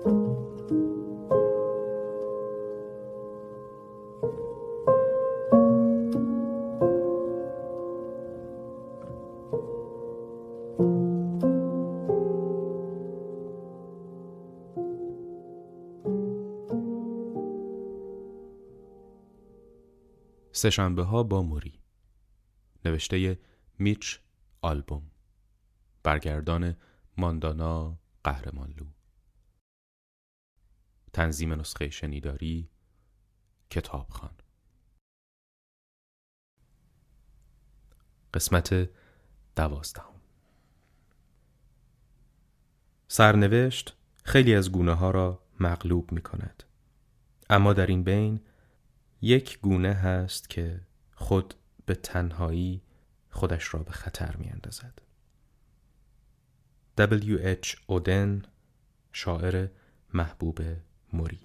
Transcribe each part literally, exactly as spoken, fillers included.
سه‌شنبه ها با موری، نوشته میچ آلبوم، برگردان ماندانا قهرمانلو، تنظیم نسخه شنیداری کتابخوان. قسمت دوازدهم. سرنوشت خیلی از گونه ها را مغلوب می کند، اما در این بین یک گونه هست که خود به تنهایی خودش را به خطر می اندازد. دبلیو اچ اودن، شاعر محبوب موری.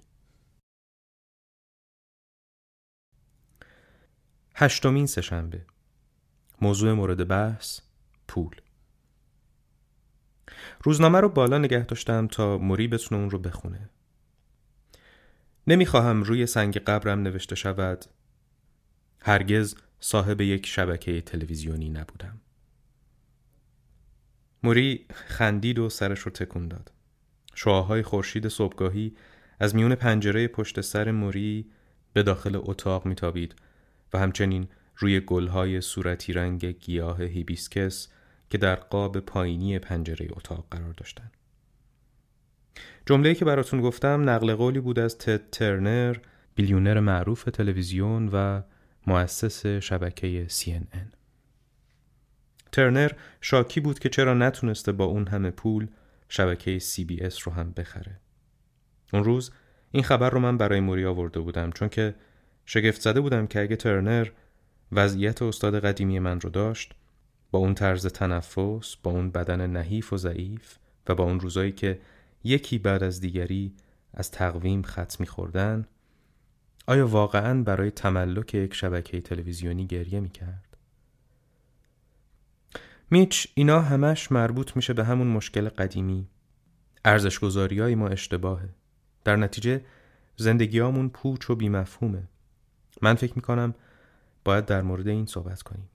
هشتمین سه‌شنبه. موضوع مورد بحث پول. روزنامه رو بالا نگه داشتم تا موری بتونه اون رو بخونه. نمیخواهم روی سنگ قبرم نوشته شود هرگز صاحب یک شبکه تلویزیونی نبودم. موری خندید و سرش رو تکون داد. شعاعهای خورشید صبحگاهی از میون پنجره پشت سر موری به داخل اتاق میتابید و همچنین روی گلهای صورتی رنگ گیاه هیبیسکس که در قاب پایینی پنجره اتاق قرار داشتند. جمله‌ای که براتون گفتم نقل قولی بود از تد ترنر، بیلیونر معروف تلویزیون و مؤسس شبکه سی ان ان. ترنر شاکی بود که چرا نتونسته با اون همه پول شبکه سی بی اس رو هم بخره. اون روز این خبر رو من برای موری آورده بودم چون که شگفت زده بودم که اگه ترنر وضعیت استاد قدیمی من رو داشت، با اون طرز تنفس، با اون بدن نحیف و ضعیف و با اون روزایی که یکی بعد از دیگری از تقویم خط می‌خوردن، آیا واقعاً برای تملک یک شبکه تلویزیونی گریه می‌کرد؟ میچ، اینا همش مربوط میشه به همون مشکل قدیمی. ارزش‌گذاری‌های ما اشتباهه. در نتیجه زندگیامون پوچ و بی‌مفهومه. من فکر می‌کنم باید در مورد این صحبت کنیم.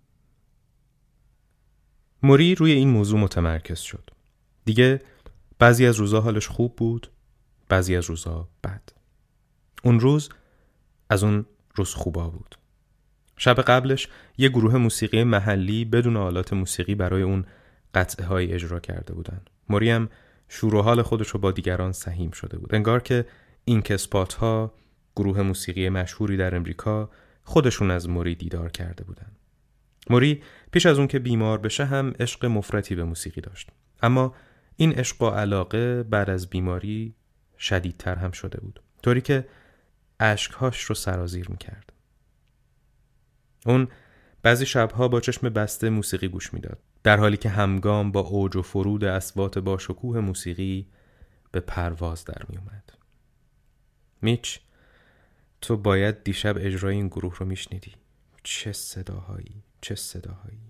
موری روی این موضوع متمرکز شد. دیگه بعضی از روزا حالش خوب بود، بعضی از روزا بد. اون روز از اون روز خوبا بود. شب قبلش یه گروه موسیقی محلی بدون آلات موسیقی برای اون قطعه های اجرا کرده بودن. موری هم شور و حال خودش رو با دیگران سهیم شده بود. انگار که این کسپات ها، گروه موسیقی مشهوری در امریکا، خودشون از موری دیدار کرده بودن. موری پیش از اون که بیمار بشه هم عشق مفرطی به موسیقی داشت. اما این عشق و علاقه بعد از بیماری شدیدتر هم شده بود، طوری که اشکهاش رو سرازیر میکرد. اون بعضی شبها با چشم بسته موسیقی گوش میداد، در حالی که همگام با اوج و فرود اصوات با شکوه موسیقی به پرواز در می اومد. میچ، تو باید دیشب اجرای این گروه رو میشنیدی. چه صداهایی، چه صداهایی.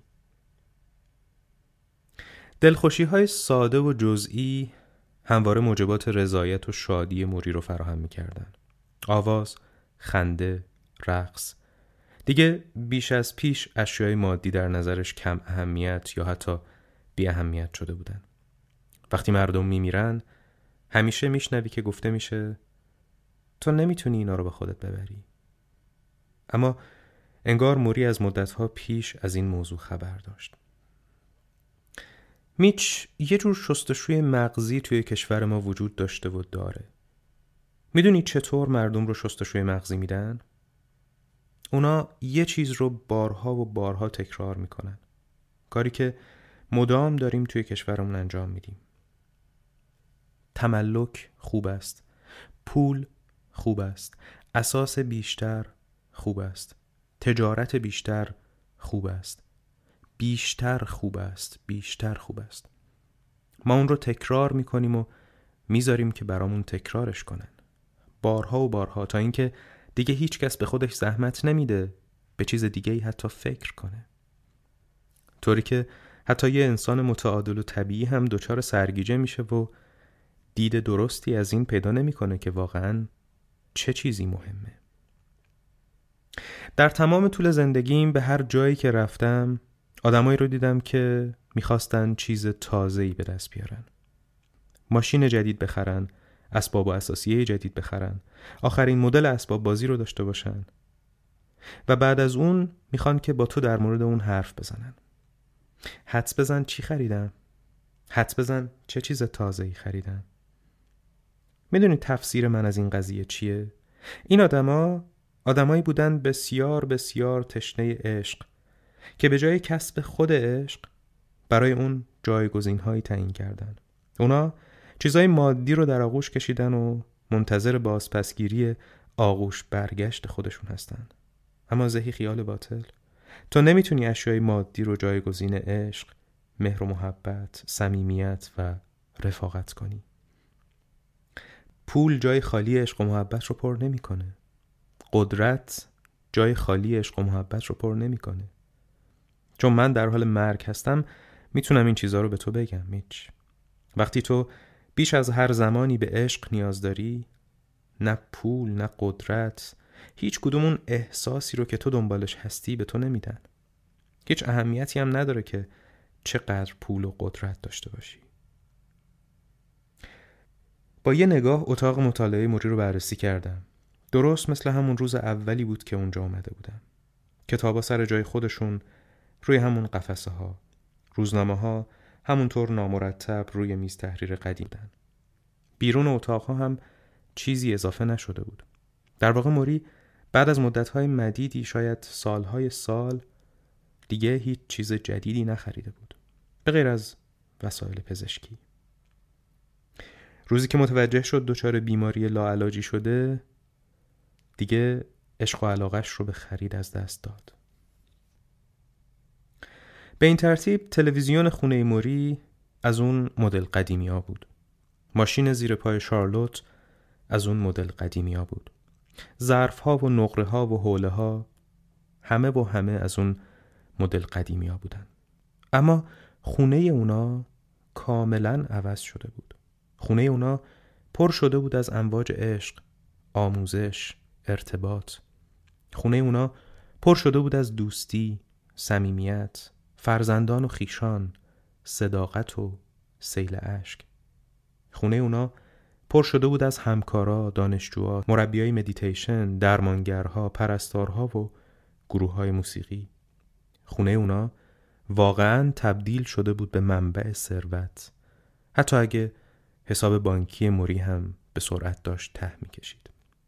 دلخوشی های ساده و جزئی همواره موجبات رضایت و شادی موری رو فراهم می‌کردن. آواز، خنده، رقص. دیگه بیش از پیش اشیای مادی در نظرش کم اهمیت یا حتی بی اهمیت شده بودن. وقتی مردم میمیرن همیشه میشنوی که گفته میشه تو نمیتونی اینا رو به خودت ببری. اما انگار موری از مدتها پیش از این موضوع خبر داشت. میچ، یه جور شستشوی مغزی توی کشور ما وجود داشته و داره. میدونی چطور مردم رو شستشوی مغزی میدن؟ اونا یه چیز رو بارها و بارها تکرار میکنن. کاری که مدام داریم توی کشورمون انجام میدیم. تملک خوب است. پول خوب است. اساس بیشتر خوب است. تجارت بیشتر خوب است. بیشتر خوب است. بیشتر خوب است. ما اون رو تکرار میکنیم و میذاریم که برامون تکرارش کنن. بارها و بارها، تا اینکه دیگه هیچ کس به خودش زحمت نمیده به چیز دیگه‌ای حتی فکر کنه. طوری که حتی یه انسان متعادل و طبیعی هم دچار سرگیجه میشه و دید درستی از این پیدا نمی‌کنه که واقعاً چه چیزی مهمه. در تمام طول زندگیم به هر جایی که رفتم آدمایی رو دیدم که می‌خواستن چیز تازه‌ای به دست بیارن. ماشین جدید بخرن، اسباب و اساسیه جدید بخرن، آخرین مدل اسباب بازی رو داشته باشن و بعد از اون میخوان که با تو در مورد اون حرف بزنن. حدس بزن چی خریدن؟ حدس بزن چه چیز تازه‌ای خریدن؟ میدونی تفسیر من از این قضیه چیه؟ این آدما آدمایی بودن بسیار بسیار تشنه عشق که به جای کسب خود عشق برای اون جایگزین‌هایی تعیین کردن. اونا چیزای مادی رو در آغوش کشیدن و منتظر بازپسگیری آغوش برگشت خودشون هستن. اما زهی خیال باطل. تو نمیتونی اشیای مادی رو جایگزین عشق، مهر و محبت، صمیمیت و رفاقت کنی. پول جای خالی عشق و محبت رو پر نمیکنه. قدرت جای خالی عشق و محبت رو پر نمیکنه. چون من در حال مرگ هستم میتونم این چیزها رو به تو بگم. میچ وقتی تو بیش از هر زمانی به عشق نیاز داری، نه پول نه قدرت، هیچ کدوم اون احساسی رو که تو دنبالش هستی به تو نمیدن. هیچ اهمیتی هم نداره که چقدر پول و قدرت داشته باشی. با یه نگاه اتاق مطالعه موری رو بررسی کردم. درست مثل همون روز اولی بود که اونجا اومده بودم. کتابا سر جای خودشون روی همون قفسه ها، روزنامه ها همونطور نامرتب روی میز تحریر قدیم بودن. بیرون اتاق ها هم چیزی اضافه نشده بود. در واقع موری بعد از مدت‌های مدیدی، شاید سالهای سال، دیگه هیچ چیز جدیدی نخریده بود به غیر از وسایل پزشکی. روزی که متوجه شد دچار بیماری لاعلاجی شده، دیگه عشق و علاقش رو به خرید از دست داد. به این ترتیب تلویزیون خونه موری از اون مدل قدیمی ها بود. ماشین زیر پای شارلوت از اون مدل قدیمی ها بود. ظرف ها و نقره ها و حوله ها همه و همه از اون مدل قدیمی ها بودن. اما خونه اونا کاملا عوض شده بود. خونه اونا پر شده بود از امواج عشق، آموزش، ارتباط. خونه اونا پر شده بود از دوستی، صمیمیت، فرزندان و خیشان، صداقت و سیل اشک. خونه اونا پر شده بود از همکارا، دانشجوها، مربیای مدیتیشن، درمانگرها، پرستارها و گروه‌های موسیقی. خونه اونا واقعاً تبدیل شده بود به منبع ثروت، حتی اگه حساب بانکی موری هم به سرعت داشت ته می‌کشید.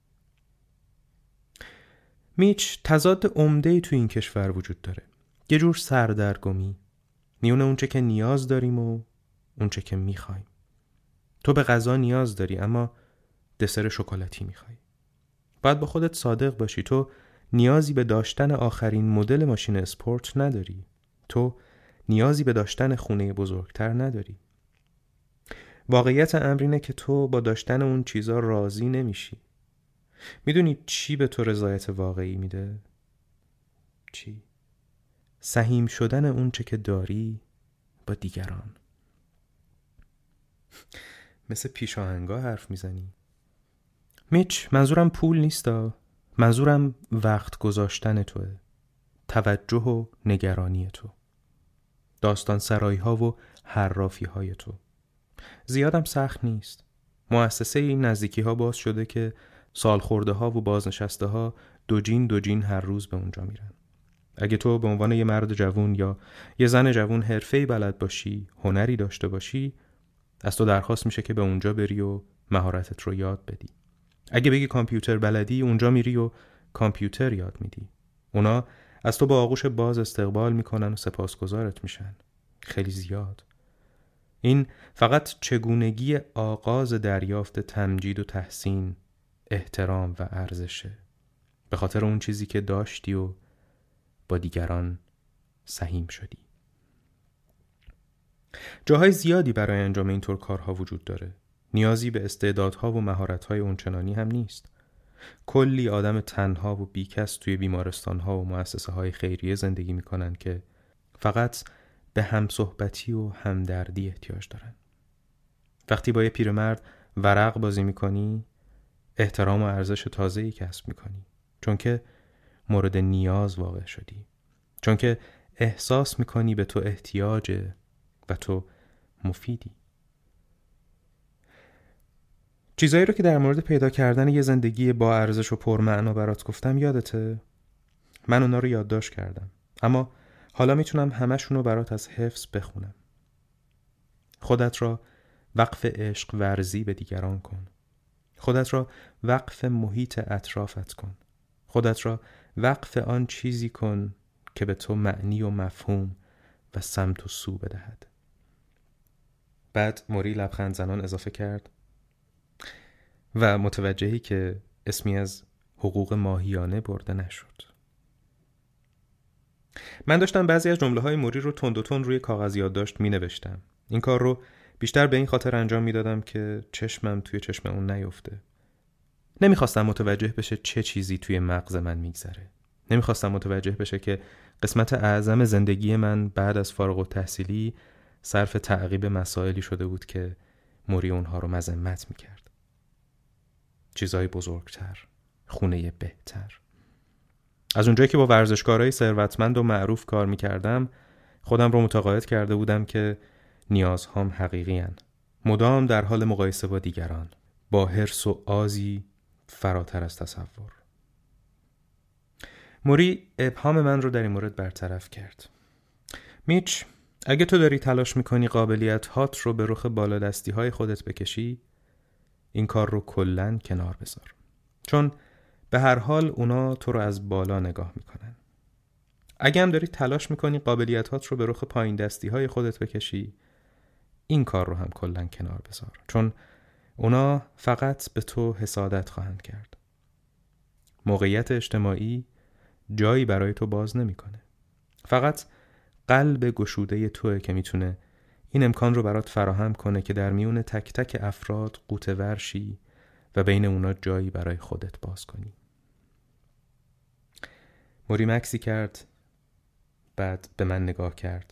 میچ، تضاد عمده‌ای تو این کشور وجود داره. یه جور سردرگمی میونه اونچه که نیاز داریم و اونچه که میخوایم. تو به غذا نیاز داری اما دسر شکلاتی میخوای. باید با خودت صادق باشی. تو نیازی به داشتن آخرین مدل ماشین اسپورت نداری. تو نیازی به داشتن خونه بزرگتر نداری. واقعیت امر اینه که تو با داشتن اون چیزا راضی نمیشی. میدونی چی به تو رضایت واقعی میده؟ چی؟ سهیم شدن اون چه که داری با دیگران. مثل پیشاهنگا حرف میزنی. میچ، منظورم پول نیستا. منظورم وقت گذاشتن توه. توجه و نگرانی تو. داستان سرایی ها و حرافی های تو. زیادم سخت نیست. مؤسسه این نزدیکی ها باز شده که سالخورده ها و بازنشسته ها دو جین دو جین هر روز به اونجا میرن. اگه تو به عنوان یه مرد جوون یا یه زن جوون حرفه‌ای بلد باشی، هنری داشته باشی، از تو درخواست میشه که به اونجا بری و مهارتت رو یاد بدی. اگه بگی کامپیوتر بلدی، اونجا میری و کامپیوتر یاد میدی. اونا از تو با آغوش باز استقبال میکنن و سپاسگزارت میشن. خیلی زیاد. این فقط چگونگی آغاز دریافت تمجید و تحسین، احترام و ارزشه. به خاطر اون چیزی که داشتی و با دیگران سهیم شدی. جاهای زیادی برای انجام اینطور کارها وجود داره. نیازی به استعدادها و مهارت‌های اونچنانی هم نیست. کلی آدم تنها و بیکس توی بیمارستان‌ها و مؤسسه‌های خیریه زندگی می‌کنن که فقط به همصحبتی و همدردی احتیاج دارن. وقتی با یه پیرمرد ورق بازی میکنی، احترام و ارزش تازه‌ای کسب میکنی، چون که مورد نیاز واقع شدی، چون که احساس میکنی به تو احتیاجه و تو مفیدی. چیزایی رو که در مورد پیدا کردن یه زندگی با ارزش و پرمعنا برات گفتم یادته؟ من اونا رو یادداشت کردم، اما حالا میتونم همشون رو برات از حفظ بخونم. خودت را وقف عشق ورزی به دیگران کن. خودت را وقف محیط اطرافت کن. خودت را وقف آن چیزی کن که به تو معنی و مفهوم و سمت و سو بدهد. بعد موری لبخند زنان اضافه کرد و متوجهی که اسمی از حقوق ماهیانه برده نشد. من داشتم بعضی از جمله‌های موری رو تند و تند روی کاغذ یادداشت می‌نوشتم. این کار رو بیشتر به این خاطر انجام میدادم که چشمم توی چشم اون نیفته. نمیخواستم متوجه بشه چه چیزی توی مغز من میگذره. نمیخواستم متوجه بشه که قسمت اعظم زندگی من بعد از فارغ التحصیلی صرف تعقیب مسائلی شده بود که موری اونها رو مذمت میکرد. چیزای بزرگتر، خونه بهتر. از اونجایی که با ورزشکارای ثروتمند و معروف کار میکردم، خودم رو متقاعد کرده بودم که نیازهام حقیقی هن. مدام در حال مقایسه با دیگران، با حرص و آزی فراتر از تصور. موری ابهام من رو در این مورد برطرف کرد. میچ، اگه تو داری تلاش میکنی قابلیت هات رو به رخ بالادستی های خودت بکشی، این کار رو کلن کنار بذار. چون به هر حال اونا تو رو از بالا نگاه میکنن. اگه هم داری تلاش میکنی قابلیت هات رو به رخ پایین دستی های خودت بکشی، این کار رو هم کلن کنار بذار. چون اونا فقط به تو حسادت خواهند کرد. موقعیت اجتماعی جایی برای تو باز نمیکنه. فقط قلب گشوده توئه که میتونه این امکان رو برات فراهم کنه که در میون تک تک افراد غوطه ورشی و بین اونا جایی برای خودت باز کنی. موری مکسی کرد، بعد به من نگاه کرد.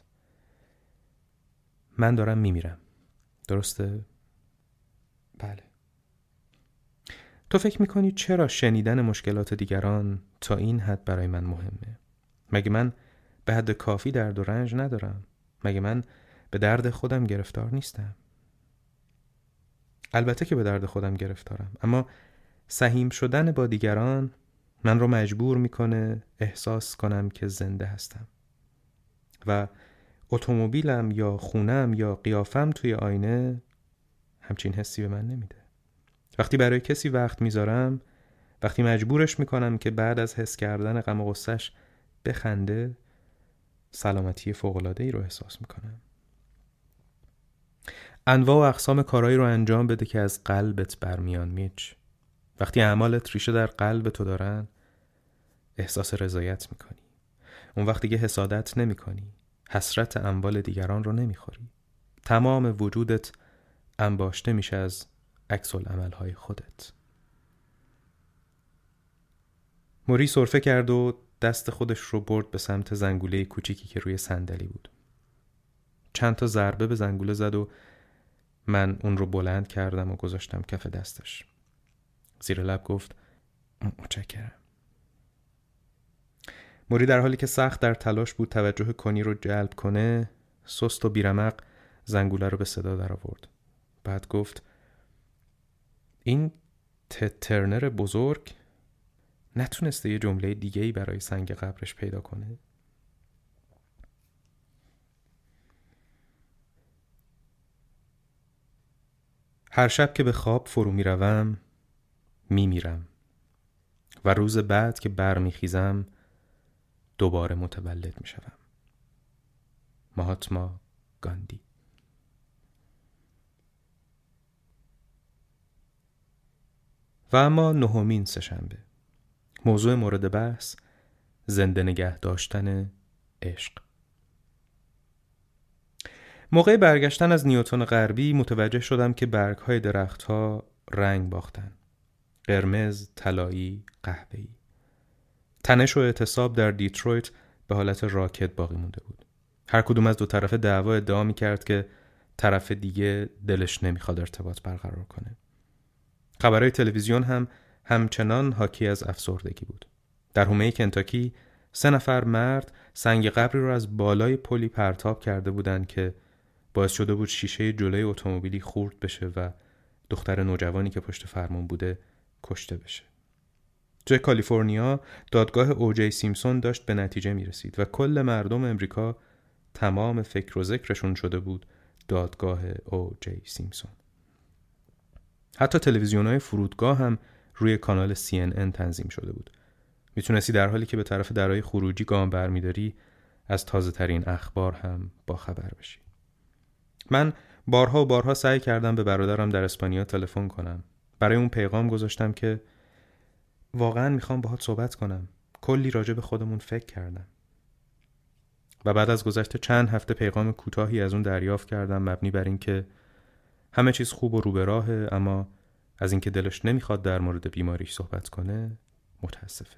من دارم میمیرم، درسته؟ بله. تو فکر میکنی چرا شنیدن مشکلات دیگران تا این حد برای من مهمه؟ مگه من به حد کافی درد و رنج ندارم؟ مگه من به درد خودم گرفتار نیستم؟ البته که به درد خودم گرفتارم، اما سهیم شدن با دیگران من رو مجبور میکنه احساس کنم که زنده هستم و اتومبیلم یا خونم یا قیافم توی آینه همچین حسی به من نمیده. وقتی برای کسی وقت میذارم، وقتی مجبورش میکنم که بعد از حس کردن غم و غصه‌اش بخنده، سلامتی فوق‌العاده‌ای رو احساس میکنم. انواع و اقسام کارهایی رو انجام بده که از قلبت برمیان میچ. وقتی اعمالت ریشه در قلب تو دارن، احساس رضایت میکنی. اون وقت دیگه حسادت نمیکنی. حسرت اموال دیگران رو نمیخوری. تمام وجودت انباشته میشه از عکس العمل‌های خودت. موری سرفه کرد و دست خودش رو برد به سمت زنگوله کوچیکی که روی صندلی بود. چند تا ضربه به زنگوله زد و من اون رو بلند کردم و گذاشتم کف دستش. زیر لب گفت متشکرم. موری در حالی که سخت در تلاش بود توجه کنی رو جلب کنه، سست و بیرمق زنگوله رو به صدا در آورد. بعد گفت این تد ترنر بزرگ نتونسته یه جمله دیگه‌ای برای سنگ قبرش پیدا کنه؟ هر شب که به خواب فرو میروم میمیرم و روز بعد که برمیخیزم دوباره متولد میشوم. مهاتما گاندی. و اما نهمین سه‌شنبه، موضوع مورد بحث زنده نگه داشتن عشق. موقع برگشتن از نیوتن غربی متوجه شدم که برگ‌های درخت‌ها رنگ باختن. قرمز، طلایی، قهوه‌ای. تنش و اعتصاب در دیترویت به حالت راکت باقی مونده بود. هر کدوم از دو طرف دعوا ادعا می‌کرد که طرف دیگه دلش نمیخواد ارتباط برقرار کنه. خبرهای تلویزیون هم همچنان حاکی از افسردگی بود. در حومه کنتاکی سه نفر مرد سنگ قبری رو از بالای پلی پرتاب کرده بودند که باعث شده بود شیشه جلوی اتومبیلی خورد بشه و دختر نوجوانی که پشت فرمان بوده کشته بشه. توی کالیفرنیا دادگاه اوجی سیمپسون داشت به نتیجه می رسید و کل مردم امریکا تمام فکر و ذکرشون شده بود دادگاه اوجی سیمپسون. حتی تلویزیون‌های فرودگاه هم روی کانال سی ان ان تنظیم شده بود. میتونستی در حالی که به طرف درهای خروجی گام برمی‌داری از تازه ترین اخبار هم با خبر بشی. من بارها و بارها سعی کردم به برادرم در اسپانیا تلفن کنم. برای اون پیغام گذاشتم که واقعا میخوام باهات صحبت کنم. کلی راجع به خودمون فکر کردم. و بعد از گذشت چند هفته پیغام کوتاهی از اون دریافت کردم مبنی بر این که همه چیز خوب و رو به راهه، اما از اینکه دلش نمیخواد در مورد بیماریش صحبت کنه متاسفه.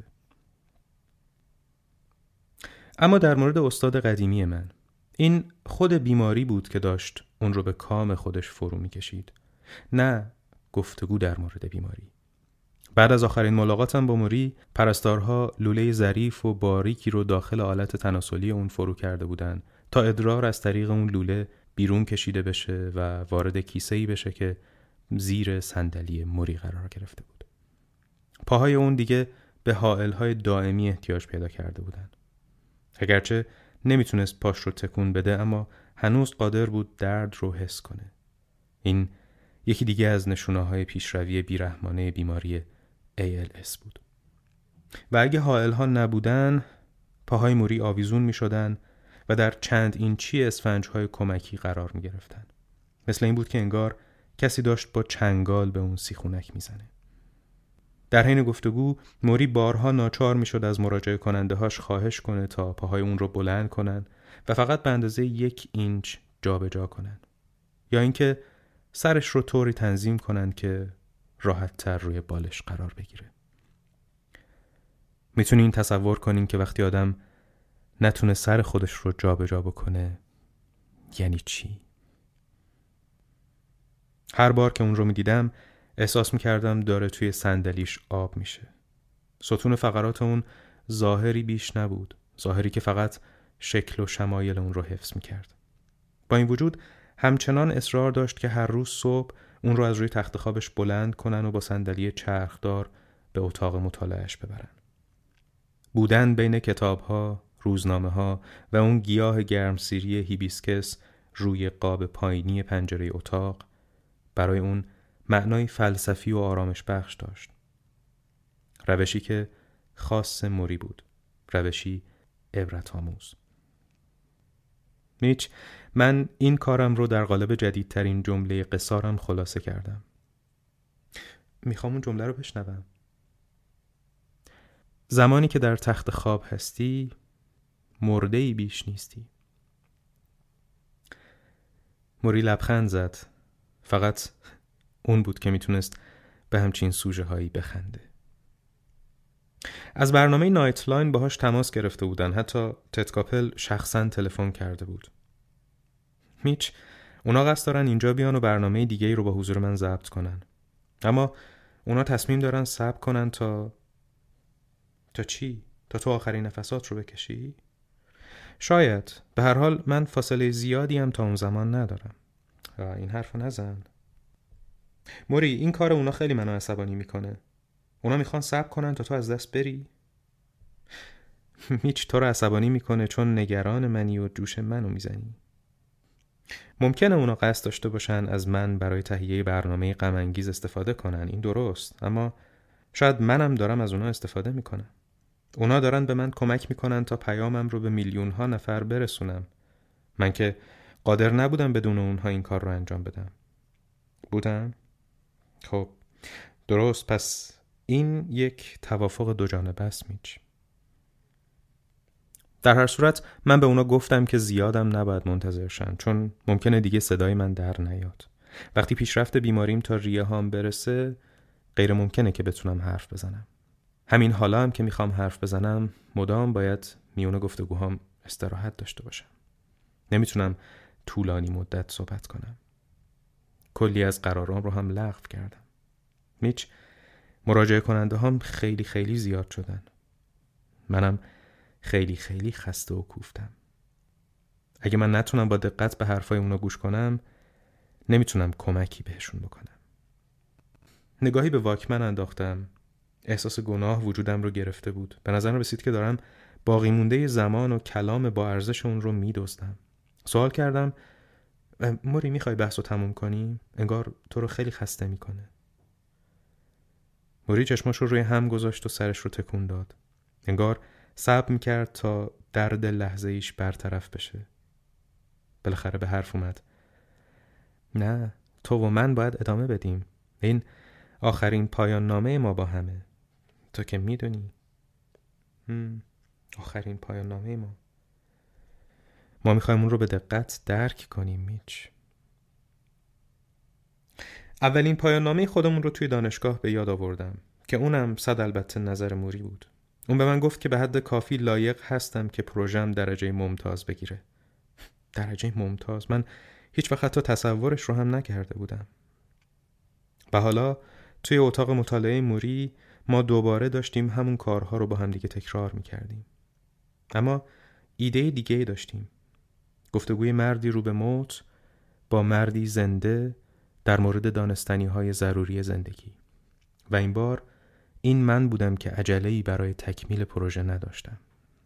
اما در مورد استاد قدیمی من، این خود بیماری بود که داشت اون رو به کام خودش فرو میکشید، نه گفتگو در مورد بیماری. بعد از آخرین ملاقاتم با موری، پرستارها لوله ظریف و باریکی رو داخل آلت تناسلی اون فرو کرده بودن تا ادرار از طریق اون لوله بیرون کشیده بشه و وارد کیسه‌ای بشه که زیر صندلی موری قرار گرفته بود. پاهای اون دیگه به حائل‌های دائمی احتیاج پیدا کرده بودن. اگرچه نمیتونست پاش رو تکون بده، اما هنوز قادر بود درد رو حس کنه. این یکی دیگه از نشونه‌های پیشروی بیرحمانه بیماری ای ال اس بود. و اگه حائل‌ها نبودن، پاهای موری آویزون می‌شدن و در چند اینچی اسفنج‌های کمکی قرار می‌گرفتن. مثل این بود که انگار کسی داشت با چنگال به اون سیخونک میزنه. در حین گفتگو موری بارها ناچار میشد از مراجعه کننده هاش خواهش کنه تا پاهای اون رو بلند کنن و فقط به اندازه یک اینچ جا به جا کنن، یا اینکه سرش رو طوری تنظیم کنن که راحت تر روی بالش قرار بگیره. میتونین تصور کنین که وقتی آدم نتونه سر خودش رو جا به جا بکنه یعنی چی؟ هر بار که اون رو میدیدم احساس میکردم داره توی صندلیش آب میشه. ستون فقرات اون ظاهری بیش نبود، ظاهری که فقط شکل و شمایل اون رو حفظ میکرد. با این وجود همچنان اصرار داشت که هر روز صبح اون رو از روی تخت خوابش بلند کنن و با صندلی چرخدار به اتاق مطالعهش ببرن. بودن بین کتاب‌ها، روزنامه‌ها و اون گیاه گرمسیری هیبیسکس روی قاب پایینی پنجره اتاق برای اون معنای فلسفی و آرامش بخش داشت. روشی که خاص موری بود، روشی عبرت آموز. میچ، من این کارم رو در قالب جدیدترین جمله قصارم خلاصه کردم. میخوام اون جمله رو بشنوم. زمانی که در تخت خواب هستی، مرده‌ای بیش نیستی. موری لبخند زد. فقط اون بود که میتونست به همچین سوژه هایی بخنده. از برنامه نایت لاین باهاش تماس گرفته بودن. حتی تد کاپل شخصا تلفن کرده بود. میچ، اونا قصد دارن اینجا بیان و برنامه دیگه ای رو با حضور من ضبط کنن. اما اونا تصمیم دارن صبر کنن تا تا چی؟ تا تو آخرین نفسات رو بکشی؟ شاید. به هر حال من فاصله زیادی هم تا اون زمان ندارم. این حرفو نزن. موری، این کار اونا خیلی منو عصبانی میکنه. اونا میخوان صبر کنن تا تو از دست بری؟ میچ، تو رو عصبانی میکنه چون نگران منی و جوش منو میزنی. ممکنه اونا قصد داشته باشن از من برای تهیه برنامه غم انگیز استفاده کنن، این درست، اما شاید منم دارم از اونا استفاده میکنم. اونا دارن به من کمک میکنن تا پیامم رو به میلیون ها نفر برسونم. من که قادر نبودم بدون اونها این کار رو انجام بدم. بودم؟ خب درست، پس این یک توافق دو جانبه است میچ. در هر صورت من به اونا گفتم که زیادم نباید منتظر شن، چون ممکنه دیگه صدای من در نیاد. وقتی پیشرفت بیماریم تا ریه هام برسه غیر ممکنه که بتونم حرف بزنم. همین حالا هم که میخوام حرف بزنم مدام باید میونه گفتگوهام استراحت داشته باشم. نمیتونم طولانی مدت صحبت کنم. کلی از قرارام رو هم لغو کردم. میچ، مراجعه کننده هم خیلی خیلی زیاد شدن. منم خیلی خیلی خسته و کوفتم. اگه من نتونم با دقت به حرفای اونا گوش کنم، نمیتونم کمکی بهشون بکنم. نگاهی به واکمن انداختم. احساس گناه وجودم رو گرفته بود. به نظر رسید که دارم باقی مونده زمان و کلام با ارزش اون رو میدزدم. سوال کردم: موری، میخوای بحث رو تموم کنیم؟ انگار تو رو خیلی خسته میکنه. موری چشماش رو روی هم گذاشت و سرش رو تکون داد. انگار صبر میکرد تا درد لحظه ایش برطرف بشه. بالاخره به حرف اومد: نه، تو و من باید ادامه بدیم. این آخرین پایان نامه ما با همه. تو که میدونی. آخرین پایان نامه ما. ما میخوایم اون رو به دقت درک کنیم میچ. اولین پایان نامه خودمون رو توی دانشگاه به یاد آوردم که اونم صد البته نظر موری بود. اون به من گفت که به حد کافی لایق هستم که پروژم درجه ممتاز بگیره. درجه ممتاز؟ من هیچ وقت حتی تصورش رو هم نکرده بودم. و حالا توی اتاق مطالعه موری ما دوباره داشتیم همون کارها رو با هم دیگه تکرار میکردیم. اما ایده دیگه داشتیم. گفتگوی مردی رو به موت با مردی زنده در مورد دانستنی های ضروری زندگی. و این بار این من بودم که عجله‌ای برای تکمیل پروژه نداشتم.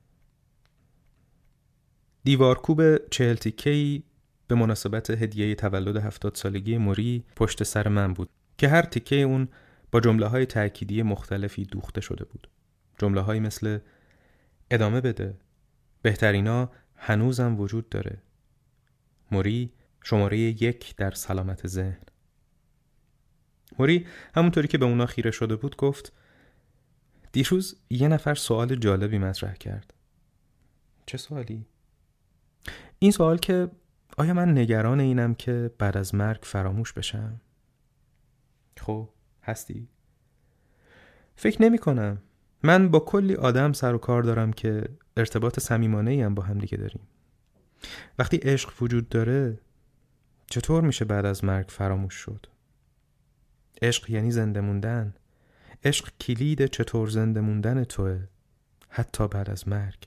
دیوارکوب چهل تیکه‌ای به مناسبت هدیه تولد هفتاد سالگی موری پشت سر من بود که هر تیکه اون با جمله‌های تأکیدی مختلفی دوخته شده بود. جمله‌هایی مثل ادامه بده، بهترینا هنوزم وجود داره، موری شماره یک در سلامت ذهن. موری همونطوری که به اونا خیره شده بود گفت: دیروز یه نفر سوال جالبی مطرح کرد. چه سوالی؟ این سوال که آیا من نگران اینم که بعد از مرگ فراموش بشم؟ خب هستی؟ فکر نمی کنم. من با کلی آدم سر و کار دارم که ارتباط صمیمانه‌ای هم با هم دیگه داریم. وقتی عشق وجود داره چطور میشه بعد از مرگ فراموش شد؟ عشق یعنی زنده موندن. عشق کلید چطور زنده موندن توه، حتی بعد از مرگ.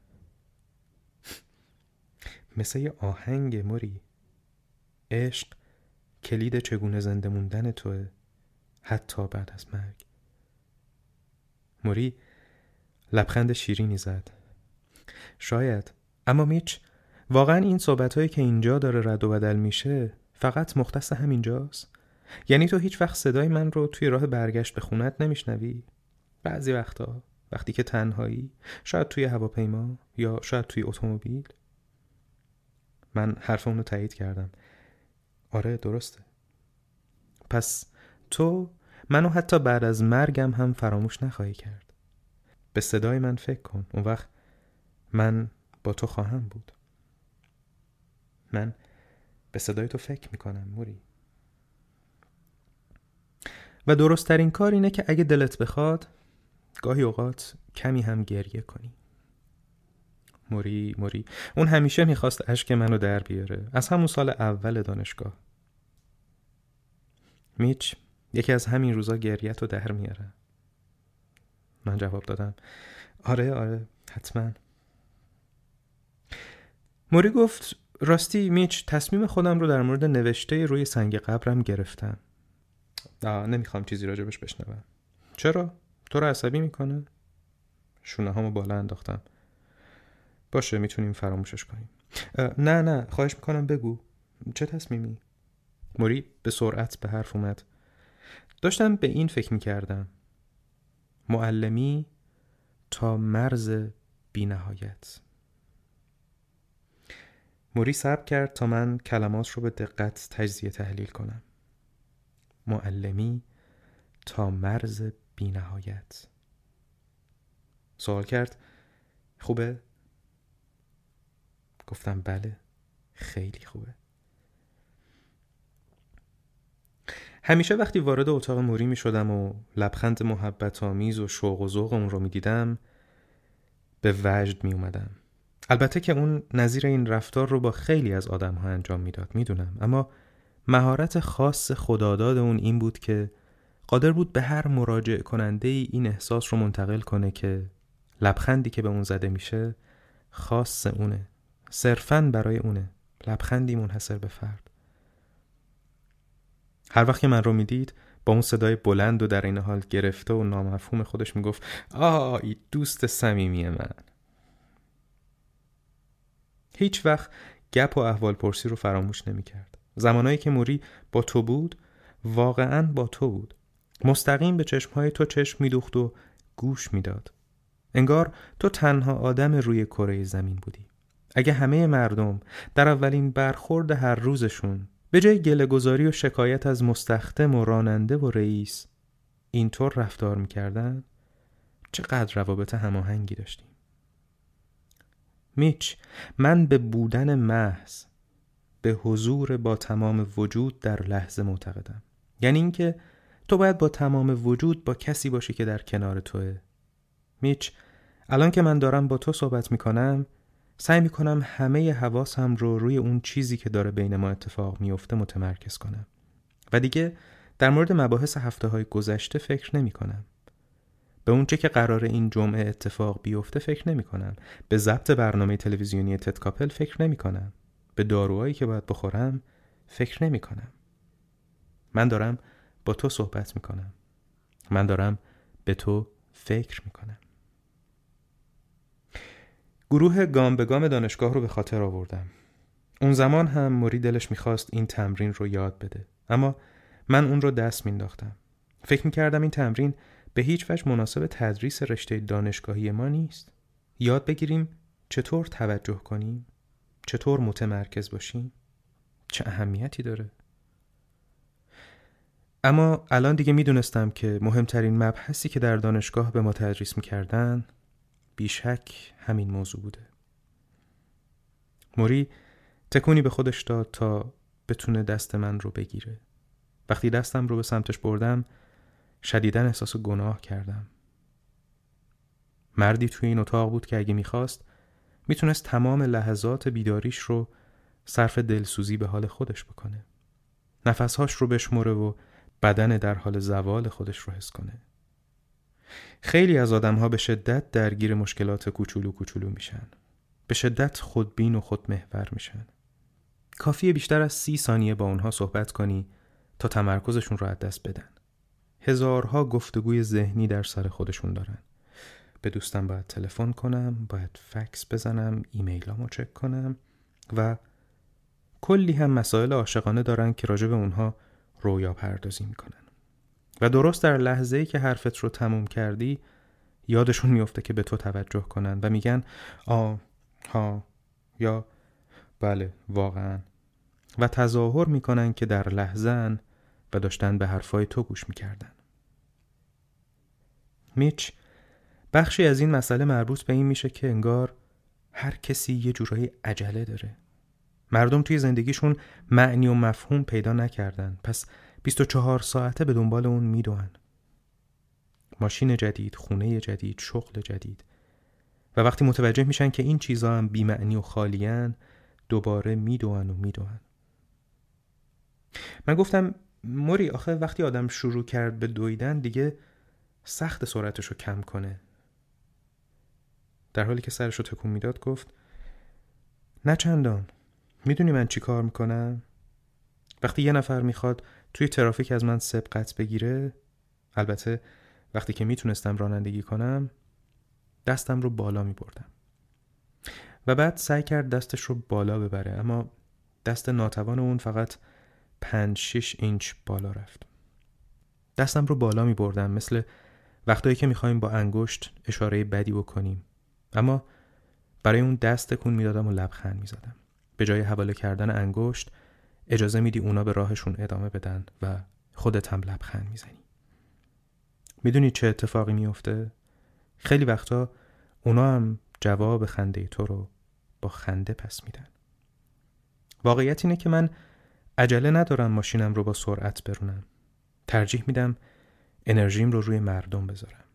مثل یه آهنگ موری. عشق کلید چگونه زنده موندن توه، حتی بعد از مرگ. موری لبخند شیرینی زد. شاید، اما میچ، واقعا این صحبت‌هایی که اینجا داره رد و بدل میشه فقط مختص همینجاست؟ یعنی تو هیچ وقت صدای من رو توی راه برگشت به خونت نمیشنوی؟ بعضی وقتا، وقتی که تنهایی، شاید توی هواپیما یا شاید توی اتومبیل. من حرف اون رو تایید کردم. آره درسته. پس تو منو حتی بعد از مرگم هم فراموش نخواهی کرد. به صدای من فکر کن. اون وقت من با تو خواهم بود. من به صدای تو فکر میکنم موری. و درست ترین کار اینه که اگه دلت بخواد گاهی اوقات کمی هم گریه کنی. موری موری اون همیشه میخواست اشک منو در بیاره، از همون سال اول دانشگاه. میچ، یکی از همین روزا گریت رو در میاره. من جواب دادم آره آره حتما. موری گفت راستی میچ، تصمیم خودم رو در مورد نوشته روی سنگ قبرم گرفتم. آه نمیخوام چیزی راجبش بشنوم. چرا؟ تو رو عصبی میکنه؟ شونه هامو بالا انداختم. باشه میتونیم فراموشش کنیم. نه نه خواهش میکنم بگو چه تصمیمی؟ موری به سرعت به حرف اومد. داشتم به این فکر میکردم: معلمی تا مرز بی نهایت. موری صبر کرد تا من کلمات رو به دقت تجزیه تحلیل کنم. معلمی تا مرز بی نهایت. سوال کرد خوبه؟ گفتم بله خیلی خوبه. همیشه وقتی وارد اتاق موری می شدم و لبخند محبت آمیز و شوق و ذوق اون رو می دیدم به وجد می اومدم. البته که اون نظیر این رفتار رو با خیلی از آدم ها انجام می داد می دونم، اما مهارت خاص خداداد اون این بود که قادر بود به هر مراجع کننده ای این احساس رو منتقل کنه که لبخندی که به اون زده میشه خاص اونه، صرفاً برای اونه، لبخندی منحصر به فرد. هر وقت که من رو میدید با اون صدای بلند و در این حال گرفته و نامفهوم خودش میگفت آه ای دوست صمیمی من. هیچ وقت گپ و احوال پرسی رو فراموش نمیکرد. زمانایی که موری با تو بود واقعاً با تو بود. مستقیم به چشمهای تو چشم میدوخت و گوش میداد. انگار تو تنها آدم روی کره زمین بودی. اگه همه مردم در اولین برخورد هر روزشون به جای گله‌گذاری و شکایت از مستخدم و راننده و رئیس اینطور رفتار میکردن، چقدر روابط هماهنگی داشتیم. میچ، من به بودن محض، به حضور با تمام وجود در لحظه معتقدم. یعنی اینکه تو باید با تمام وجود با کسی باشی که در کنار توه. میچ، الان که من دارم با تو صحبت میکنم سعی میکنم همه حواسم رو روی اون چیزی که داره بین ما اتفاق میفته متمرکز کنم و دیگه در مورد مباحث هفته های گذشته فکر نمی کنم. به اون چه که قراره این جمعه اتفاق بیفته فکر نمی کنم. به ضبط برنامه تلویزیونی تد کاپل فکر نمی کنم. به داروهایی که باید بخورم فکر نمی کنم. من دارم با تو صحبت می کنم. من دارم به تو فکر می کنم. گروه گام به گام دانشگاه رو به خاطر آوردم. اون زمان هم موری دلش میخواست این تمرین رو یاد بده، اما من اون رو دست مینداختم. فکر میکردم این تمرین به هیچ وجه مناسب تدریس رشته دانشگاهی ما نیست. یاد بگیریم چطور توجه کنیم، چطور متمرکز باشیم، چه اهمیتی داره. اما الان دیگه میدونستم که مهمترین مبحثی که در دانشگاه به ما تدریس میکردن بیشک همین موضوع بوده. موری تکونی به خودش داد تا بتونه دست من رو بگیره. وقتی دستم رو به سمتش بردم شدیداً احساس گناه کردم. مردی توی این اتاق بود که اگه میخواست میتونست تمام لحظات بیداریش رو صرف دلسوزی به حال خودش بکنه. نفسهاش رو بشمره و بدن در حال زوال خودش رو حس کنه. خیلی از آدم‌ها به شدت درگیر مشکلات کوچولو کوچولو میشن. به شدت خودبین و خودمحور میشن. کافیه بیشتر از سی ثانیه با اونها صحبت کنی تا تمرکزشون رو از دست بدن. هزارها گفتگوی ذهنی در سر خودشون دارن. به دوستم باید تلفن کنم، باید فکس بزنم، ایمیلامو چک کنم و کلی هم مسائل عاشقانه دارن که راجع به اونها رویا پردازی میکنن. و درست در لحظه‌ای که حرفت رو تموم کردی یادشون میفته که به تو توجه کنن و میگن آه ها یا بله واقعا و تظاهر میکنن که در لحظه‌ان و داشتن به حرفای تو گوش میکردن. میچ، بخشی از این مسئله مربوط به این میشه که انگار هر کسی یه جورایی عجله داره. مردم توی زندگیشون معنی و مفهوم پیدا نکردن، پس بیست و چهار ساعته به دنبال اون میدوئن. ماشین جدید، خونه جدید، شغل جدید. و وقتی متوجه میشن که این چیزا هم بی معنی و خالیان، دوباره میدوئن و میدوئن. من گفتم موری آخه وقتی آدم شروع کرد به دویدن دیگه سخت سرعتشو کم کنه. در حالی که سرشو تکون میداد گفت نه چندان. میدونی من چی کار میکنم؟ وقتی یه نفر میخواد توی ترافیک از من سبقت بگیره، البته وقتی که میتونستم رانندگی کنم، دستم رو بالا میبردم و بعد سعی کرد دستش رو بالا ببره، اما دست ناتوان اون فقط پنج شش اینچ بالا رفت. دستم رو بالا میبردم مثل وقتایی که میخوایم با انگشت اشاره بدی بکنیم، اما برای اون دست تکون میدادم و لبخند میزدم. به جای حواله کردن انگشت اجازه میدی اونا به راهشون ادامه بدن و خودت هم لبخند میزنی. میدونی چه اتفاقی میفته؟ خیلی وقتا اونا هم جواب خنده تو رو با خنده پس میدن. واقعیت اینه که من عجله ندارم ماشینم رو با سرعت برونم. ترجیح میدم انرژیم رو روی مردم بذارم.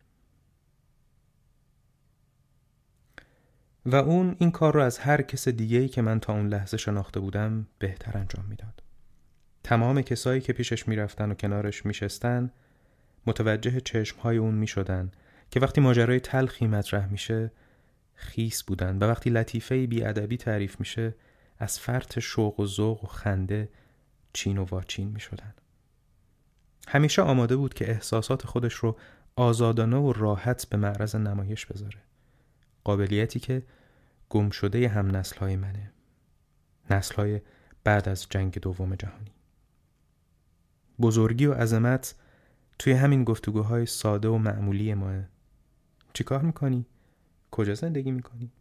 و اون این کار رو از هر کس دیگه‌ای که من تا اون لحظه شناخته بودم بهتر انجام میداد. تمام کسایی که پیشش میرفتن و کنارش میشستن متوجه چشمهای اون می شدن که وقتی ماجرای تلخی مطرح میشه خیس بودن و وقتی لطیفه بی‌ادبی تعریف میشه از فرط شوق و ذوق و خنده چین و واچین می شدن. همیشه آماده بود که احساسات خودش رو آزادانه و راحت به معرض نمایش بذاره. قابلیتی که گم شده هم نسل‌های منه. نسل‌های بعد از جنگ دوم جهانی. بزرگی و عظمت توی همین گفتگوهای ساده و معمولی ماه. چی کار میکنی؟ کجا زندگی میکنی؟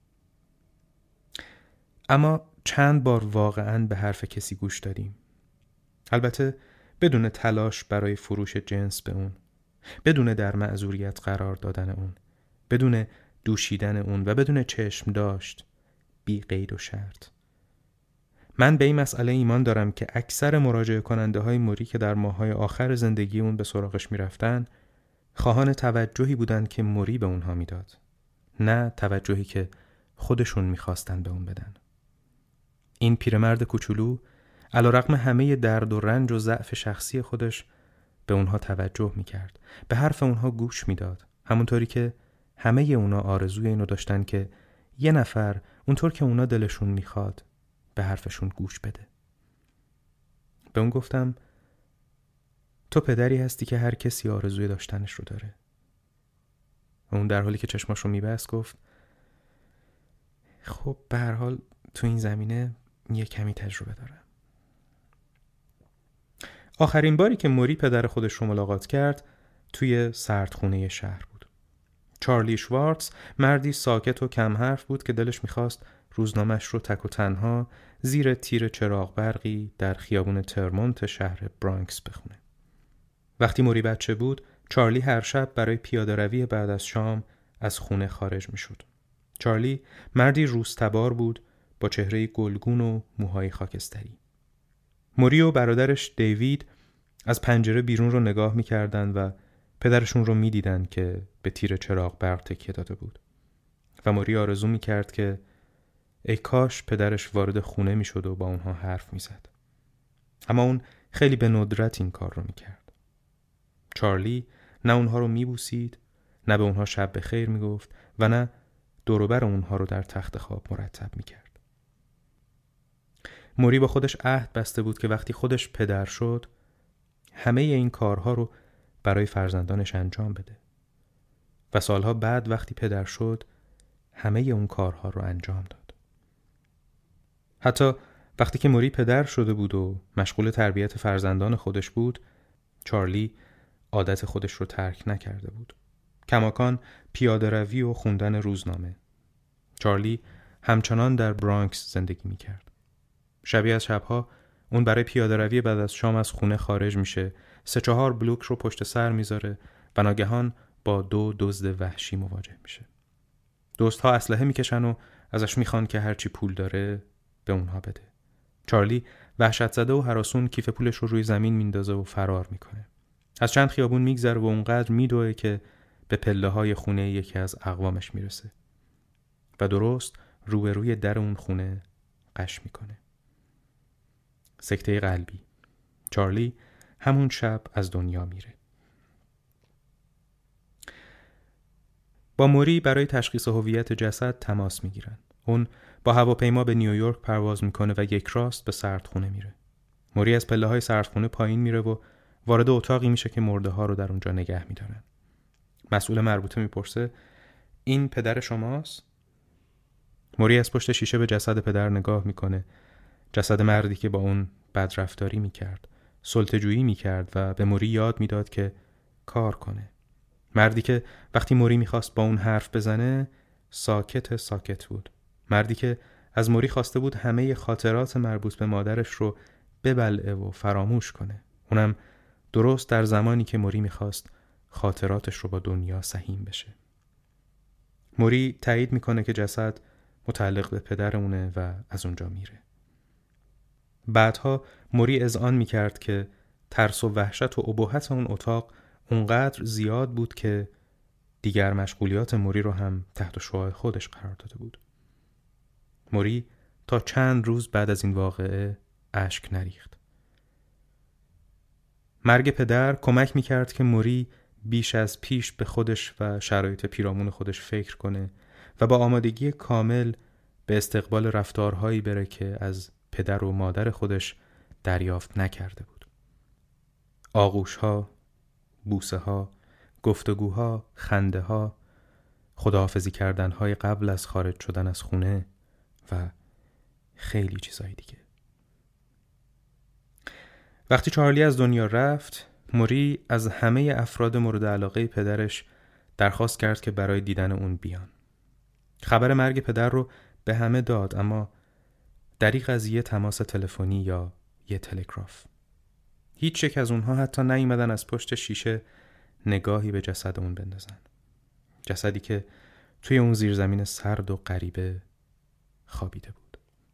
اما چند بار واقعاً به حرف کسی گوش دادیم. البته بدون تلاش برای فروش جنس به اون، بدون در معذوریت قرار دادن اون، بدون دوشیدن اون و بدون چشم داشت، بی قید و شرط. من به این مسئله ایمان دارم که اکثر مراجعه کننده های موری که در ماه‌های آخر زندگی اون به سراغش می رفتن خواهان توجهی بودن که موری به اونها میداد، نه توجهی که خودشون میخواستن به اون بدن. این پیرمرد کوچولو علیرغم همه درد و رنج و ضعف شخصی خودش به اونها توجه میکرد، به حرف اونها گوش میداد، همونطوری که همه اونا آرزوی اینو داشتن که یه نفر اونطور که اونا دلشون میخواد به حرفشون گوش بده. به اون گفتم تو پدری هستی که هر کسی آرزوی داشتنش رو داره. و اون در حالی که چشماش رو میبست گفت خب به هر حال تو این زمینه یه کمی تجربه دارم. آخرین باری که موری پدر خودش رو ملاقات کرد توی سردخونه شهر بود. چارلی شوارتز مردی ساکت و کم حرف بود که دلش میخواست روزنامه‌اش رو تک و تنها زیر تیر چراغ برقی در خیابون ترمونت شهر برانکس بخونه. وقتی موری بچه بود، چارلی هر شب برای پیاده روی بعد از شام از خونه خارج می شد. چارلی مردی روزتبار بود با چهره گلگون و موهای خاکستری. موری و برادرش دیوید از پنجره بیرون رو نگاه می کردن و پدرشون رو می دیدن که به تیر چراغ برق تکیه داده بود. و موری آرزو می کرد که ای کاش پدرش وارد خونه می شد و با اونها حرف می زد. اما اون خیلی به ندرت این کار رو می کرد. چارلی نه اونها رو میبوسید، نه به اونها شب بخیر میگفت و نه دوروبر اونها رو در تخت خواب مرتب میکرد. موری با خودش عهد بسته بود که وقتی خودش پدر شد همه این کارها رو برای فرزندانش انجام بده. و سالها بعد وقتی پدر شد همه اون کارها رو انجام داد. حتی وقتی که موری پدر شده بود و مشغول تربیت فرزندان خودش بود، چارلی عادت خودش رو ترک نکرده بود. کماکان پیاده روی و خوندن روزنامه. چارلی همچنان در برانکس زندگی میکرد. شبیه از شبها اون برای پیاده روی بعد از شام از خونه خارج میشه، سه چهار بلوک رو پشت سر میذاره و ناگهان با دو دزد وحشی مواجه میشه. دزدها اسلحه میکشن و ازش میخوان که هرچی پول داره به اونها بده. چارلی وحشت زده و هراسون کیف پولش رو روی زمین میندازه و فرار میکنه. از چند خیابون میگذره و اونقدر میدوه که به پله های خونه یکی از اقوامش میرسه و درست روبروی در اون خونه قش میکنه. سکته قلبی. چارلی همون شب از دنیا میره. با موری برای تشخیص هویت جسد تماس میگیرن. اون با هواپیما به نیویورک پرواز میکنه و یک راست به سردخونه میره. موری از پله های سردخونه پایین میره و وارد اتاقی میشه که مرده ها رو در اونجا نگه میدارن. مسئول مربوطه میپرسه این پدر شماست؟ موری از پشت شیشه به جسد پدر نگاه میکنه. جسد مردی که با اون بدرفتاری میکرد، سلطه‌جویی میکرد و به موری یاد میداد که کار کنه. مردی که وقتی موری میخواست با اون حرف بزنه ساکت ساکت بود. مردی که از موری خواسته بود همه خاطرات مربوط به مادرش رو ببلعه و فراموش کنه. اونم درست در زمانی که موری میخواست خاطراتش رو با دنیا سهیم بشه. موری تایید میکنه که جسد متعلق به پدر اونه و از اونجا میره. بعدها موری اذعان میکرد که ترس و وحشت و ابهت اون اتاق اونقدر زیاد بود که دیگر مشغولیات موری رو هم تحت شعاع خودش قرار داده بود. موری تا چند روز بعد از این واقعه اشک نریخت. مرگ پدر کمک میکرد که موری بیش از پیش به خودش و شرایط پیرامون خودش فکر کنه و با آمادگی کامل به استقبال رفتارهایی بره که از پدر و مادر خودش دریافت نکرده بود. آغوش‌ها، بوسه‌ها، گفتگوها، خنده‌ها، خداحافظی کردن‌های قبل از خارج شدن از خونه و خیلی چیزای دیگه. وقتی چارلی از دنیا رفت، موری از همه افراد مورد علاقه پدرش درخواست کرد که برای دیدن اون بیان. خبر مرگ پدر رو به همه داد، اما دریغ از یه تماس تلفنی یا یه تلگراف. هیچ یک از اونها حتی نیومدن از پشت شیشه نگاهی به جسد اون بندازن. جسدی که توی اون زیرزمین سرد و غریبه خوابیده بود.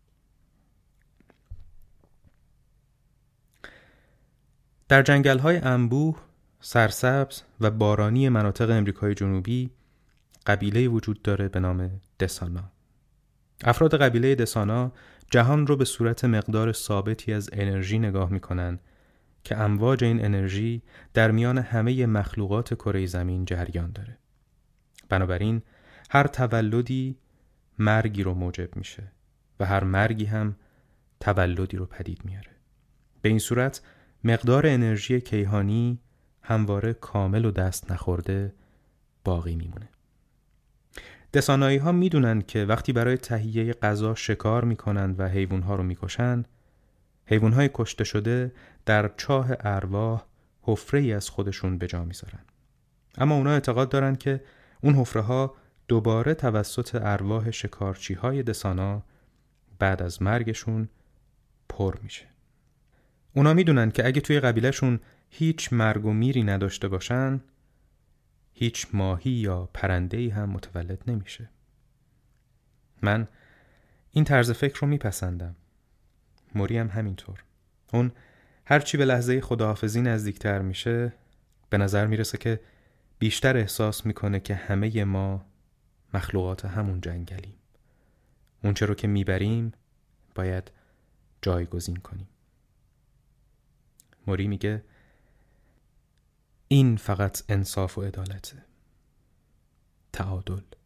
در جنگل‌های انبوه، سرسبز و بارانی مناطق امریکای جنوبی قبیله وجود داره به نام دسانا. افراد قبیله دسانا جهان رو به صورت مقدار ثابتی از انرژی نگاه می‌کنن که امواج این انرژی در میان همه مخلوقات کره زمین جریان داره. بنابراین هر تولدی مرگی رو موجب میشه و هر مرگی هم تولدی رو پدید میاره. به این صورت مقدار انرژی کیهانی همواره کامل و دست نخورده باقی میمونه. دسانایی ها میدونن که وقتی برای تهیه غذا شکار میکنن و حیوانها رو میکشن، حیوانهای کشته شده در چاه ارواح حفره‌ای از خودشون به جا میذارن. اما اونا اعتقاد دارن که اون حفره ها دوباره توسط ارواح شکارچی های دسانا بعد از مرگشون پر میشه. اونا میدونن که اگه توی قبیلهشون هیچ مرگ و میری نداشته باشن، هیچ ماهی یا پرنده‌ای هم متولد نمیشه. من این طرز فکر رو میپسندم. موری هم همینطور. اون هرچی به لحظه خداحافظی نزدیکتر میشه، به نظر میرسه که بیشتر احساس میکنه که همه ما مخلوقات همون جنگلیم. اون چه رو که میبریم باید جایگزین کنیم. موری میگه این فقط انصاف و عدالته. تعادل.